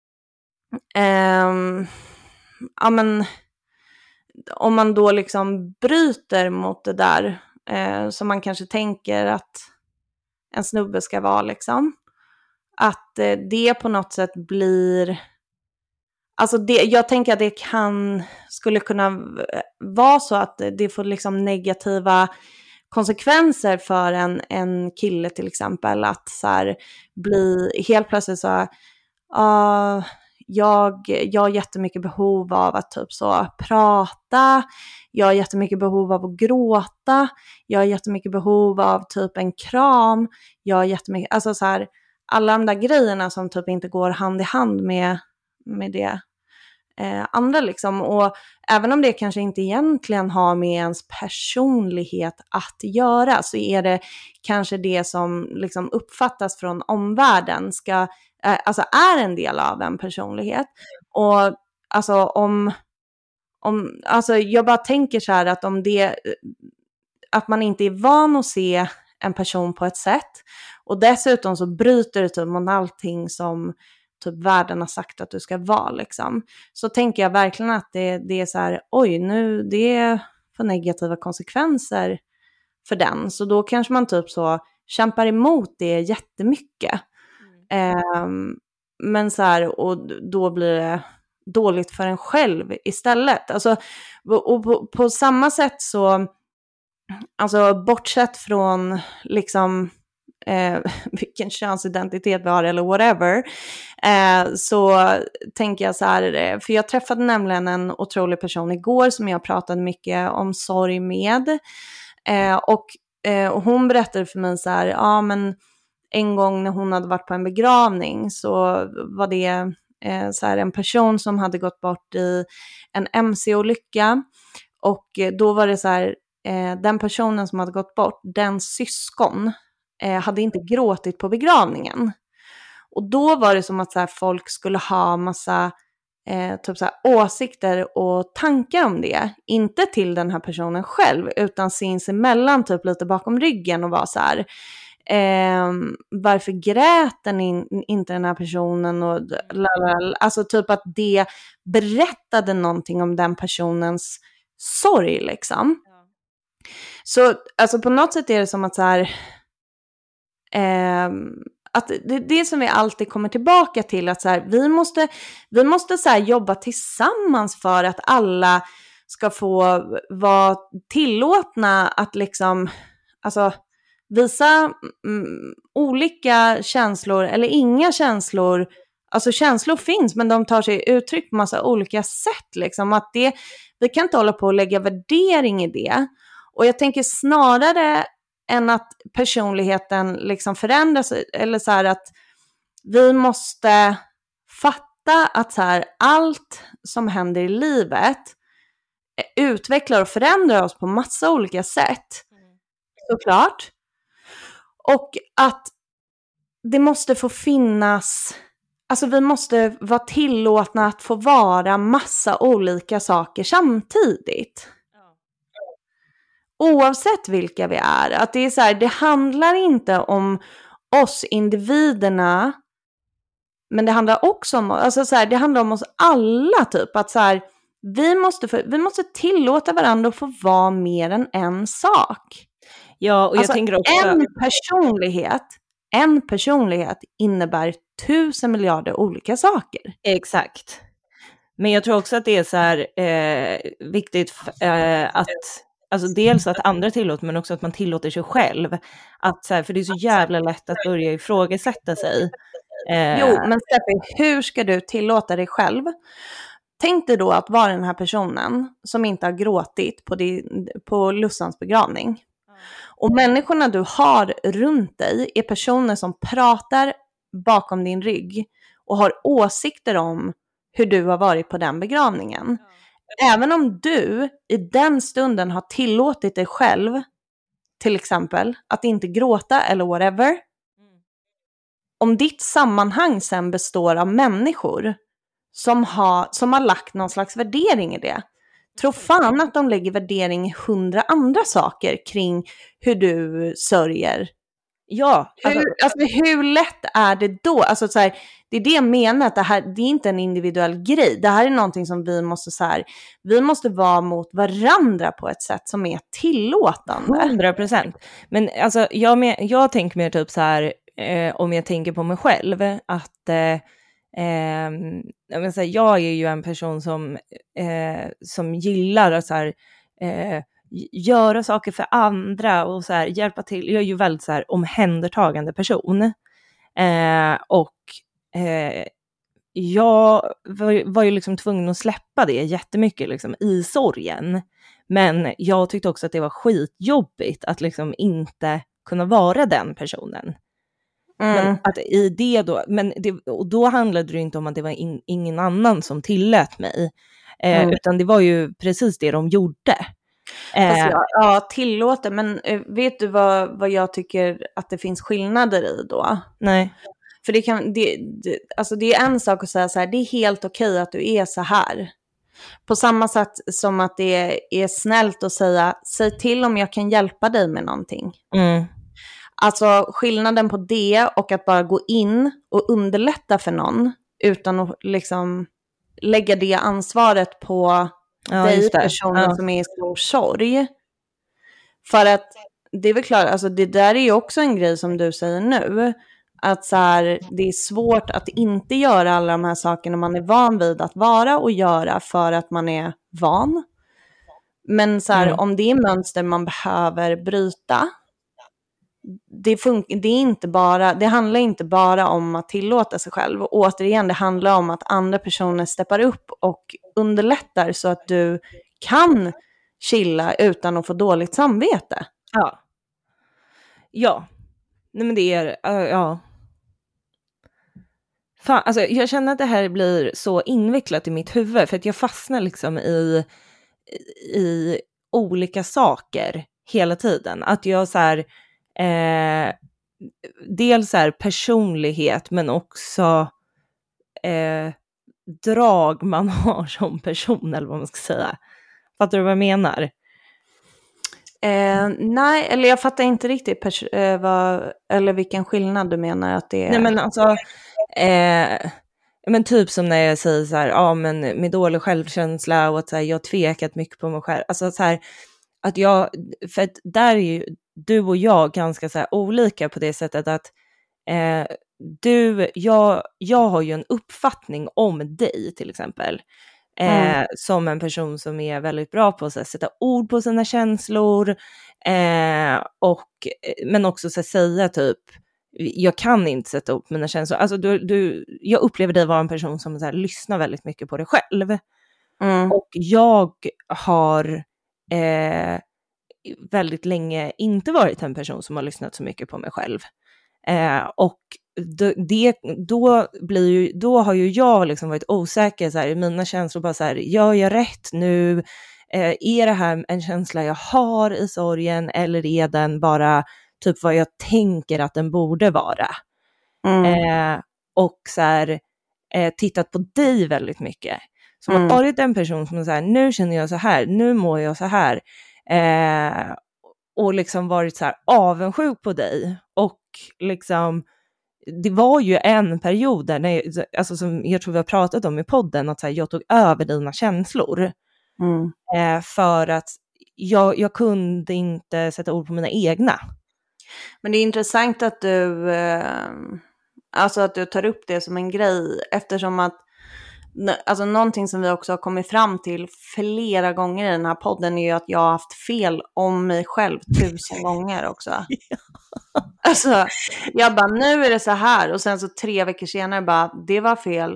ja men om man då liksom bryter mot det där som man kanske tänker att en snubbe ska vara liksom, att det på något sätt blir, alltså det, jag tänker att det skulle kunna vara så att det får liksom negativa konsekvenser för en kille till exempel, att så här bli helt plötsligt så jag har jättemycket behov av att typ så prata, jag har jättemycket behov av att gråta, jag har jättemycket behov av typ en kram, jag har jättemycket, alltså så här, alla de där grejerna som typ inte går hand i hand med det andra liksom. Och även om det kanske inte egentligen har med ens personlighet att göra, så är det kanske det som liksom uppfattas från omvärlden alltså är en del av en personlighet. Och alltså alltså jag bara tänker så här, att om det, att man inte är van att se en person på ett sätt, och dessutom så bryter det typ mot allting som typ världen har sagt att du ska vara liksom, så tänker jag verkligen att det är så här, oj, nu det får negativa konsekvenser för den, så då kanske man typ så kämpar emot det jättemycket. Men så här, och då blir det dåligt för en själv istället. Alltså, och på samma sätt så, alltså bortsett från liksom vilken könsidentitet vi har eller whatever, så tänker jag så här, för jag träffade nämligen en otrolig person igår som jag pratade mycket om sorg med, och hon berättade för mig så här, ja men en gång när hon hade varit på en begravning, så var det så här en person som hade gått bort i en MC-olycka, och då var det så här, den personen som hade gått bort, den syskon hade inte gråtit på begravningen. Och då var det som att så här, folk skulle ha massa typ så här, åsikter och tankar om det. Inte till den här personen själv, utan sinsemellan typ lite bakom ryggen och vara så här, varför grät inte den här personen och lalala. Alltså typ att det berättade någonting om den personens sorg liksom. Så alltså på något sätt är det som att så här, att det som vi alltid kommer tillbaka till, att så här, vi måste så här jobba tillsammans för att alla ska få vara tillåtna att liksom, alltså visa olika känslor eller inga känslor. Alltså känslor finns, men de tar sig uttryck på massa olika sätt liksom. Att vi kan inte hålla på och lägga värdering i det. Och jag tänker snarare än att personligheten liksom förändras, eller så här att vi måste fatta att så här, allt som händer i livet utvecklar och förändrar oss på massa olika sätt. Såklart. Och att det måste få finnas, alltså vi måste vara tillåtna att få vara massa olika saker samtidigt. Oavsett vilka vi är. Att det är så här, det handlar inte om oss individerna, men det handlar också om, alltså så här, det handlar om oss alla typ. Att så här, vi måste tillåta varandra att få vara mer än en sak. Ja, och jag alltså, tänker också... En personlighet innebär 1000 miljarder olika saker. Exakt. Men jag tror också att det är så här viktigt att, alltså dels att andra tillåter, men också att man tillåter sig själv. Att så här, för det är så jävla lätt att börja ifrågasätta sig. Jo, men Steffi, hur ska du tillåta dig själv? Tänk dig då att vara den här personen som inte har gråtit på Lussans begravning. Och människorna du har runt dig är personer som pratar bakom din rygg och har åsikter om hur du har varit på den begravningen. Även om du i den stunden har tillåtit dig själv, till exempel, att inte gråta eller whatever. Om ditt sammanhang sen består av människor som har lagt någon slags värdering i det. Tro fan att de lägger värdering i 100 andra saker kring hur du sörjer. Ja. Hur lätt är det då? Alltså så här, det är det jag menar, att det är inte en individuell grej. Det här är någonting som vi måste vara mot varandra på ett sätt som är tillåtande. 100%. Men alltså, jag tänker mer typ så här, om jag tänker på mig själv, att jag är ju en person som gillar att så här, göra saker för andra och så här, hjälpa till. Jag är ju väldigt så här omhändertagande person. Jag var ju liksom tvungen att släppa det jättemycket liksom, i sorgen. Men jag tyckte också att det var skitjobbigt att liksom inte kunna vara den personen. Men att i det då, och då handlade det inte om att det var ingen annan som tillät mig. Utan det var ju precis det de gjorde. Tillåter, men vet du vad jag tycker att det finns skillnader i då? Nej. För det är en sak att säga så här, det är helt okej att du är så här. På samma sätt som att det är snällt att säga, säg till om jag kan hjälpa dig med någonting. Alltså skillnaden på det och att bara gå in och underlätta för någon utan att liksom lägga det ansvaret på dig, personen som är i stor sorg. För att det är väl klart, alltså det där är ju också en grej som du säger nu. Att så här, det är svårt att inte göra alla de här sakerna man är van vid att vara och göra för att man är van. Men så här, om det är mönster man behöver bryta, det handlar inte bara om att tillåta sig själv. Och återigen, det handlar om att andra personer steppar upp och underlättar så att du kan chilla utan att få dåligt samvete. Ja. Nej, men det är, ja. Fan, alltså jag känner att det här blir så invecklat i mitt huvud, för att jag fastnar liksom i olika saker hela tiden. Att jag så här, dels så här personlighet, men också drag man har som person, eller vad man ska säga. Fattar du vad jag menar? Nej, eller jag fattar inte riktigt eller vilken skillnad du menar att det är. Nej, men alltså, men typ som när jag säger så här, men med dålig självkänsla och att så här, jag har tvekat mycket på mig själv. Alltså så här, att för att där är ju du och jag ganska så här olika på det sättet att jag har ju en uppfattning om dig till exempel. Som en person som är väldigt bra på att sätta ord på sina känslor men också så säga typ jag kan inte sätta ord på mina känslor. Alltså jag upplever dig vara en person som så här, lyssnar väldigt mycket på dig själv. Och jag har väldigt länge inte varit en person som har lyssnat så mycket på mig själv. Och då har ju jag liksom varit osäker så här, i mina känslor, bara så här, gör jag rätt nu? Är det här en känsla jag har i sorgen, eller är den bara typ vad jag tänker att den borde vara? Och så här, tittat på dig väldigt mycket. Som har varit en person som så här, nu känner jag så här, nu mår jag så här. Och liksom varit så här avundsjuk på dig. Och liksom det var ju en period där alltså som jag tror vi har pratat om i podden, att så här, jag tog över dina känslor. För att jag kunde inte sätta ord på mina egna. Men det är intressant att du tar upp det som en grej, eftersom att alltså någonting som vi också har kommit fram till flera gånger i den här podden är ju att jag har haft fel om mig själv 1000 gånger också. Alltså, jag bara, nu är det så här. Och sen så 3 veckor senare bara, det var fel.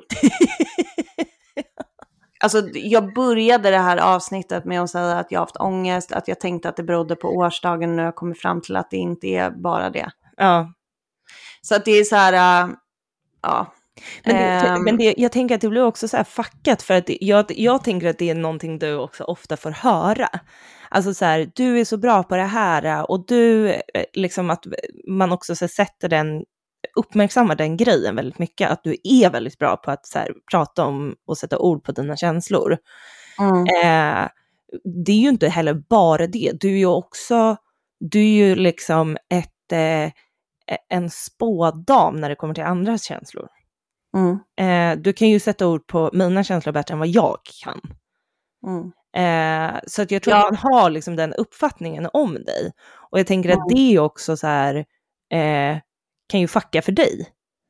Alltså, jag började det här avsnittet med att säga att jag har haft ångest. Att jag tänkte att det berodde på årsdagen. Och nu har jag kommit fram till att det inte är bara det. Ja. Så att det är så här, ja. Men jag tänker att det blir också så här fuckat, för att jag tänker att det är någonting du också ofta får höra. Alltså så här, du är så bra på det här, och du liksom att man också så här, uppmärksammar den grejen väldigt mycket, att du är väldigt bra på att så här, prata om och sätta ord på dina känslor. Det är ju inte heller bara det, du är ju liksom en spådam när det kommer till andras känslor. Du kan ju sätta ord på mina känslor bättre än vad jag kan. Så att jag tror att man har liksom den uppfattningen om dig. Och jag tänker att det också så här kan ju fucka för dig.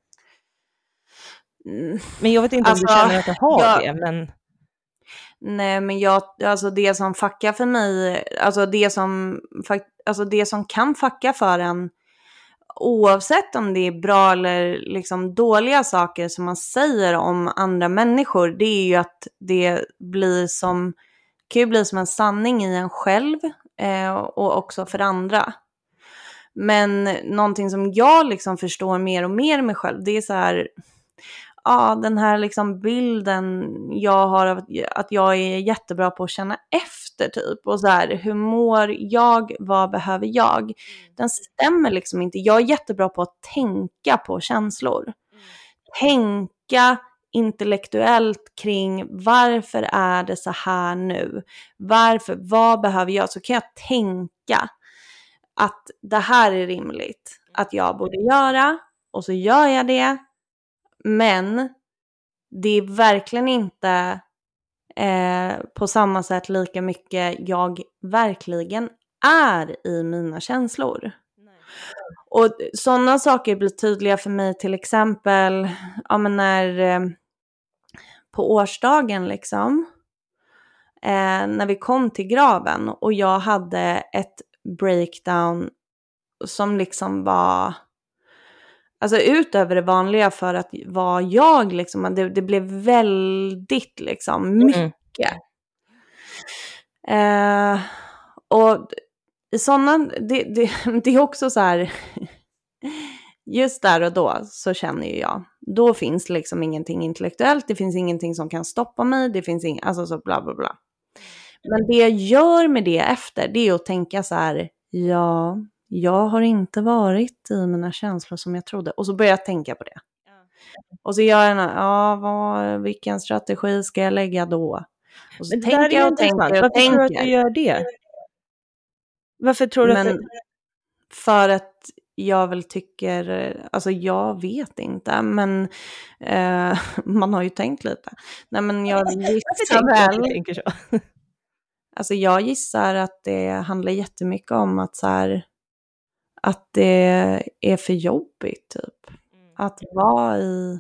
Men jag vet inte om du känner att du har det, men... Nej, men alltså det som fuckar för mig, alltså det som kan fucka för en, oavsett om det är bra eller liksom dåliga saker som man säger om andra människor, det är ju att det kan ju bli som en sanning i en själv och också för andra. Men någonting som jag liksom förstår mer och mer mig själv, det är så här, den här liksom bilden jag har av att jag är jättebra på att känna efter typ. Och så här, hur mår jag? Vad behöver jag? Den stämmer liksom inte. Jag är jättebra på att tänka på känslor. Tänka intellektuellt kring varför är det så här nu? Vad behöver jag? Så kan jag tänka att det här är rimligt att jag borde göra. Och så gör jag det. Men det är verkligen inte på samma sätt lika mycket jag verkligen är i mina känslor. Nej. Och sådana saker blir tydliga för mig, till exempel när på årsdagen liksom, när vi kom till graven och jag hade ett breakdown som liksom var... Alltså utöver det vanliga, för att vara jag liksom, det blev väldigt liksom mycket. Och i sådana, det är också så här, just där och då så känner ju jag, då finns liksom ingenting intellektuellt, det finns ingenting som kan stoppa mig, det finns alltså så bla bla bla. Men det jag gör med det efter, det är att tänka så här, jag har inte varit i mina känslor som jag trodde. Och så börjar jag tänka på det. Och så gör jag vilken strategi ska jag lägga då? Och så Men det där tänker är jag ju och tänker intressant. och Varför tror du att du tänker. gör det? Varför tror du att Men för att jag väl tycker, alltså jag vet inte, men man har ju tänkt lite. Nej, men jag gissar väl. tänker så? Alltså jag gissar att det handlar jättemycket om att så här, att det är för jobbigt typ. Att vara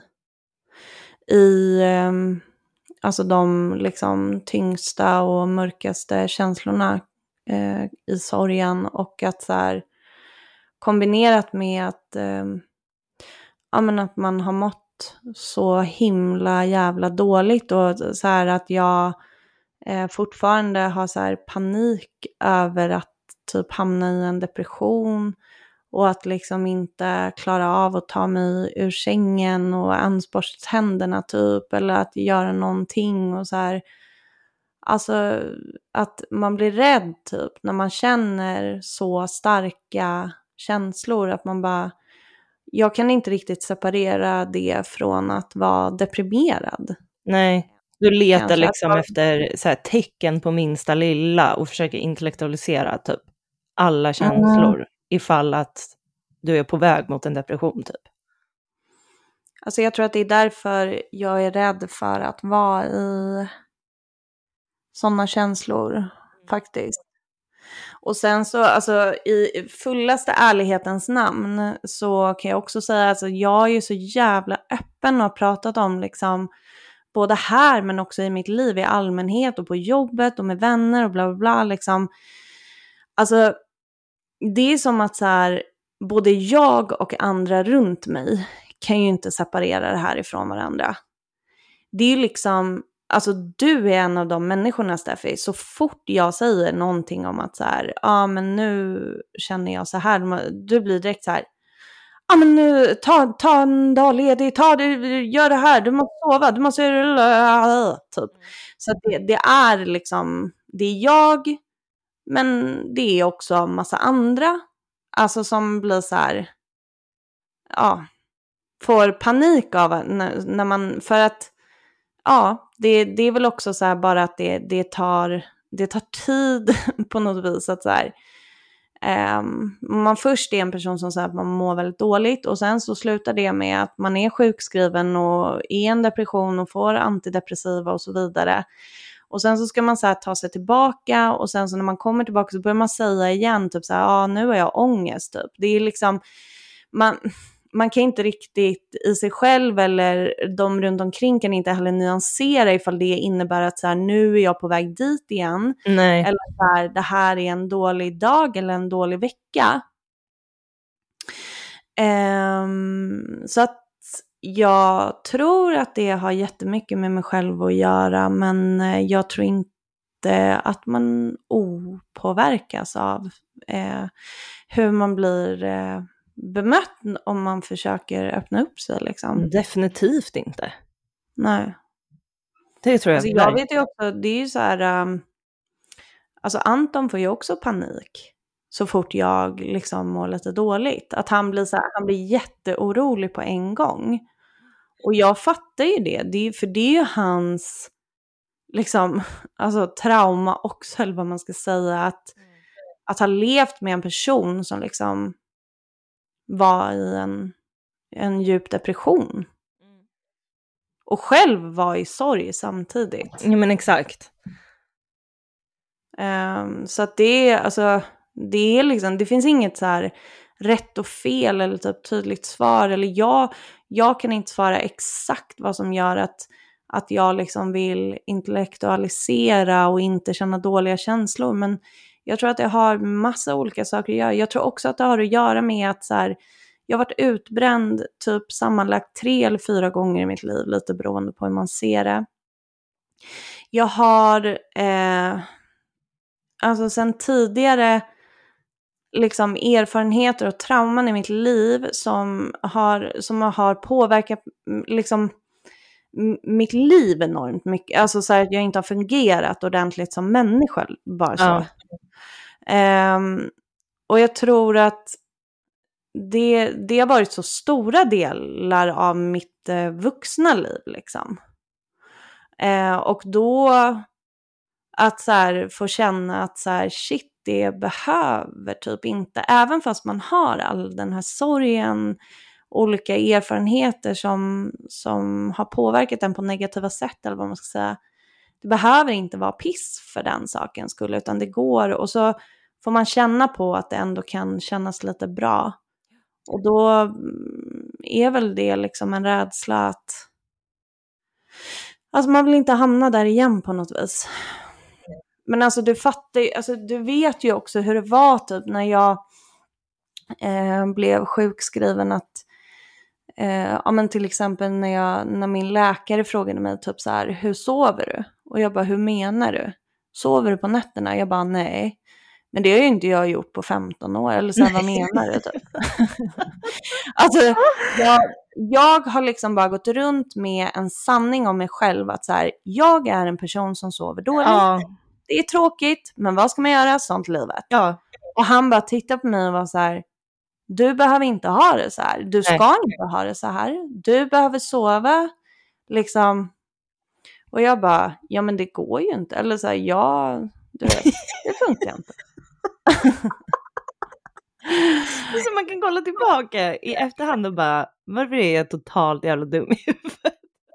i alltså de liksom tyngsta och mörkaste känslorna i sorgen, och att så här, kombinerat med att men att man har mått så himla jävla dåligt, och så här att jag fortfarande har så här panik över att typ hamna i en depression, och att liksom inte klara av att ta mig ur sängen och ens borsta tänderna typ, eller att göra någonting, och så här. Alltså att man blir rädd typ när man känner så starka känslor, att man bara, jag kan inte riktigt separera det från att vara deprimerad. Nej, du letar Kanske liksom att efter så här, tecken på minsta lilla och försöker intellektualisera typ alla känslor ifall att du är på väg mot en depression typ. Alltså jag tror att det är därför jag är rädd för att vara i sådana känslor faktiskt. Och sen så, alltså i fullaste ärlighetens namn så kan jag också säga, alltså jag är ju så jävla öppen och har pratat om liksom både här men också i mitt liv i allmänhet och på jobbet och med vänner och bla bla bla liksom. Alltså det är som att så här, både jag och andra runt mig kan ju inte separera det här ifrån varandra. Det är ju liksom, alltså du är en av de människorna, Steffi, så fort jag säger någonting om att så här, men nu känner jag så här, du blir direkt så här, men nu ta en dag ledig, gör det här, du måste sova, du måste typ. Så att det är liksom, det är jag, men det är också massa andra, alltså som blir så här, får panik av när man, för att det är väl också så här bara att det tar tid på något vis att så här, man först är en person som säger att man mår väldigt dåligt, och sen så slutar det med att man är sjukskriven och är i en depression och får antidepressiva och så vidare. Och sen så ska man så här ta sig tillbaka, och sen så när man kommer tillbaka så börjar man säga igen typ så här, nu har jag ångest typ. Det är liksom, man kan inte riktigt i sig själv eller de runt omkring kan inte heller nyansera ifall det innebär att så här, nu är jag på väg dit igen. Nej. Eller så här, det här är en dålig dag eller en dålig vecka. Så att jag tror att det har jättemycket med mig själv att göra, men jag tror inte att man opåverkas av hur man blir bemött om man försöker öppna upp sig liksom. Definitivt inte. Nej. Det tror jag. Alltså, jag vet ju också, det är ju så här, alltså Anton får ju också panik så fort jag liksom mår lite dåligt. Att han blir så här, han blir jätteorolig på en gång. Och jag fattar ju det, för det är ju hans liksom, alltså trauma också, eller vad man ska säga, att ha levt med en person som liksom var i en djup depression. Och själv var i sorg samtidigt. Ja, men exakt. Så att det är, alltså, det är liksom, det finns inget så här rätt och fel eller typ tydligt svar. Eller jag kan inte svara exakt vad som gör att jag liksom vill intellektualisera och inte känna dåliga känslor. Men jag tror att det har massa olika saker att göra. Jag tror också att det har att göra med att så här, jag har varit utbränd typ sammanlagt 3 eller 4 gånger i mitt liv, lite beroende på hur man ser det. Jag har alltså sen tidigare liksom erfarenheter och trauman i mitt liv som har påverkat liksom mitt liv enormt mycket. Alltså så här att jag inte har fungerat ordentligt som människa, bara så. Och jag tror att det har varit så stora delar av mitt vuxna liv liksom. Och då att så här, få känna att så här, shit, det behöver typ inte, även fast man har all den här sorgen, olika erfarenheter som har påverkat en på negativa sätt eller vad man ska säga. Det behöver inte vara piss för den sakens skull, utan det går, och så får man känna på att det ändå kan kännas lite bra. Och då är väl det liksom en rädsla att alltså man vill inte hamna där igen på något vis. Men alltså du fattar ju, alltså du vet ju också hur det var typ när jag blev sjukskriven att ja men till exempel när min läkare frågade mig typ så här, hur sover du? Och jag bara, hur menar du? Sover du på nätterna? Jag bara, nej. Men det har ju inte jag gjort på 15 år. Eller så här, vad menar du typ? Alltså jag har liksom bara gått runt med en sanning om mig själv att så här, jag är en person som sover dåligt. Ja. Det är tråkigt, men vad ska man göra? Sånt livet. Ja. Och han bara tittade på mig och var så här, du behöver inte ha det så här. Du ska inte ha det så här. Du behöver sova. Liksom. Och jag bara, ja men det går ju inte. Eller så här, ja, du vet, det funkar inte. Så man kan kolla tillbaka i efterhand och bara, varför är jag totalt jävla dum i huvudet?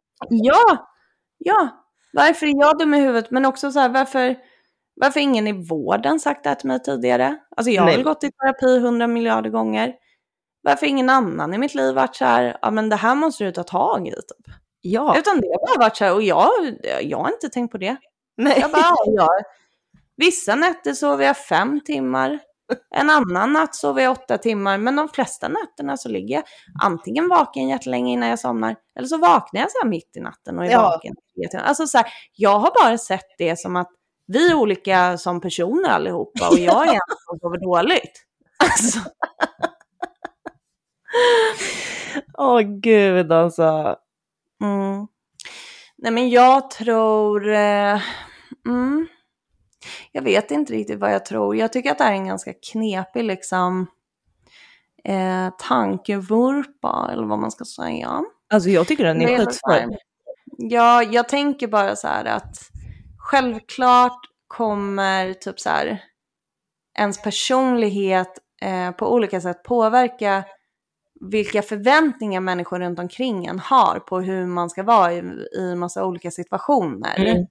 Ja. Varför är jag dum i huvudet? Men också så här, varför ingen i vården sagt det till mig tidigare? Alltså jag har väl gått i terapi 100 miljarder gånger. Varför ingen annan i mitt liv varit så här, ja men det här måste du ta tag i typ. Ja. Utan det har bara varit så här, och jag har inte tänkt på det. Nej. Jag bara, vissa nätter sover jag 5 timmar. En annan natt sover jag 8 timmar. Men de flesta nätterna så ligger jag antingen vaken jättelänge innan jag somnar. Eller så vaknar jag så här mitt i natten och är vaken. Alltså så här, jag har bara sett det som att vi är olika som personer allihopa. Och jag är en som sover dåligt. Alltså. Åh gud alltså. Nej men jag tror... jag vet inte riktigt vad jag tror. Jag tycker att det är en ganska knepig liksom, tankevurpa. Eller vad man ska säga. Alltså jag tycker den är skitsvår. Ja, jag tänker bara så här att självklart kommer typ så här ens personlighet på olika sätt påverka vilka förväntningar människor runt omkring en har på hur man ska vara i massa olika situationer.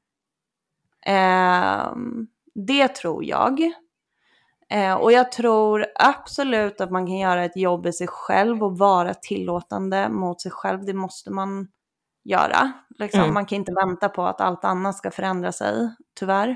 Det tror jag. Och jag tror absolut att man kan göra ett jobb i sig själv och vara tillåtande mot sig själv. Det måste man göra. Liksom. Man kan inte vänta på att allt annat ska förändra sig, tyvärr.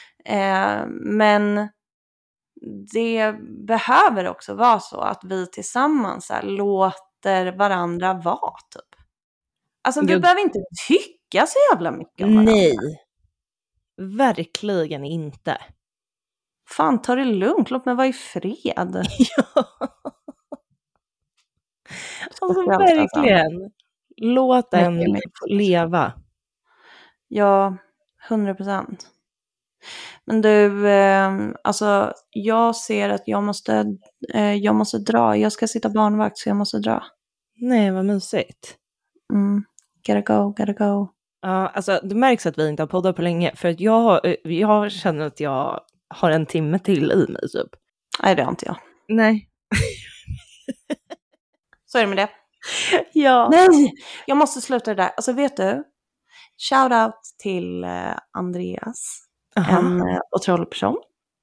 Men det behöver också vara så att vi tillsammans här, låter varandra vara typ. Alltså vi behöver inte tycka så jävla mycket om varandra. Nej, verkligen inte. Fan, ta det lugnt, låt mig vara i fred. Ja. Alltså verkligen. Låt den leva. Ja, 100%. Men du, alltså jag ser att jag måste dra. Jag ska sitta barnvakt så jag måste dra. Nej, vad mysigt. Gotta go. Ja, alltså det märks att vi inte har poddat på länge. För att jag känner att jag har en timme till i mig typ. Nej, det har inte jag. Nej. Så är det med det. Ja. Nej, jag måste sluta det där. Alltså vet du, shout out till Andreas. Aha. En otrolig person.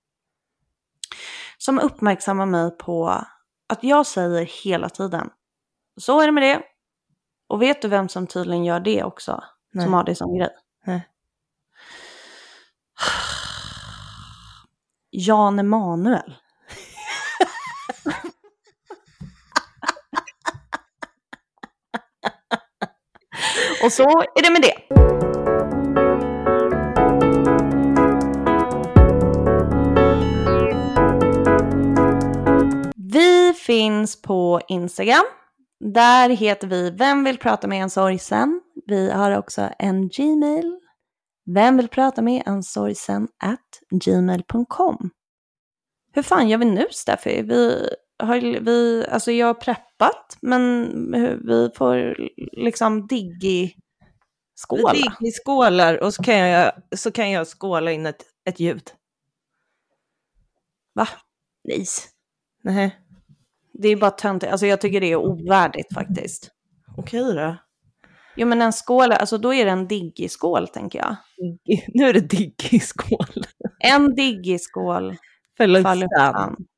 Som uppmärksammar mig på att jag säger hela tiden. Så är det med det. Och vet du vem som tydligen gör det också? Nej. Som har det som grej? Nej. Jan Emanuel. Och så är det med det. Vi finns på Instagram. Där heter vi Vem vill prata med en sorgsen? Vi har också en Gmail. Vem vill prata med en sorgsen @gmail.com. Hur fan gör vi nu, Steffi? alltså jag har preppat, men vi får liksom diggi-skåla. Vi diggi-skålar och så kan jag skåla in ett ljud. Va? Nej. Nej. Det är bara töntigt. Alltså jag tycker det är ovärdigt faktiskt. Okej då. Jo men en skål, alltså då är det en diggi-skål tänker jag. Nu är det diggi-skål. En diggi-skål. För Luxan.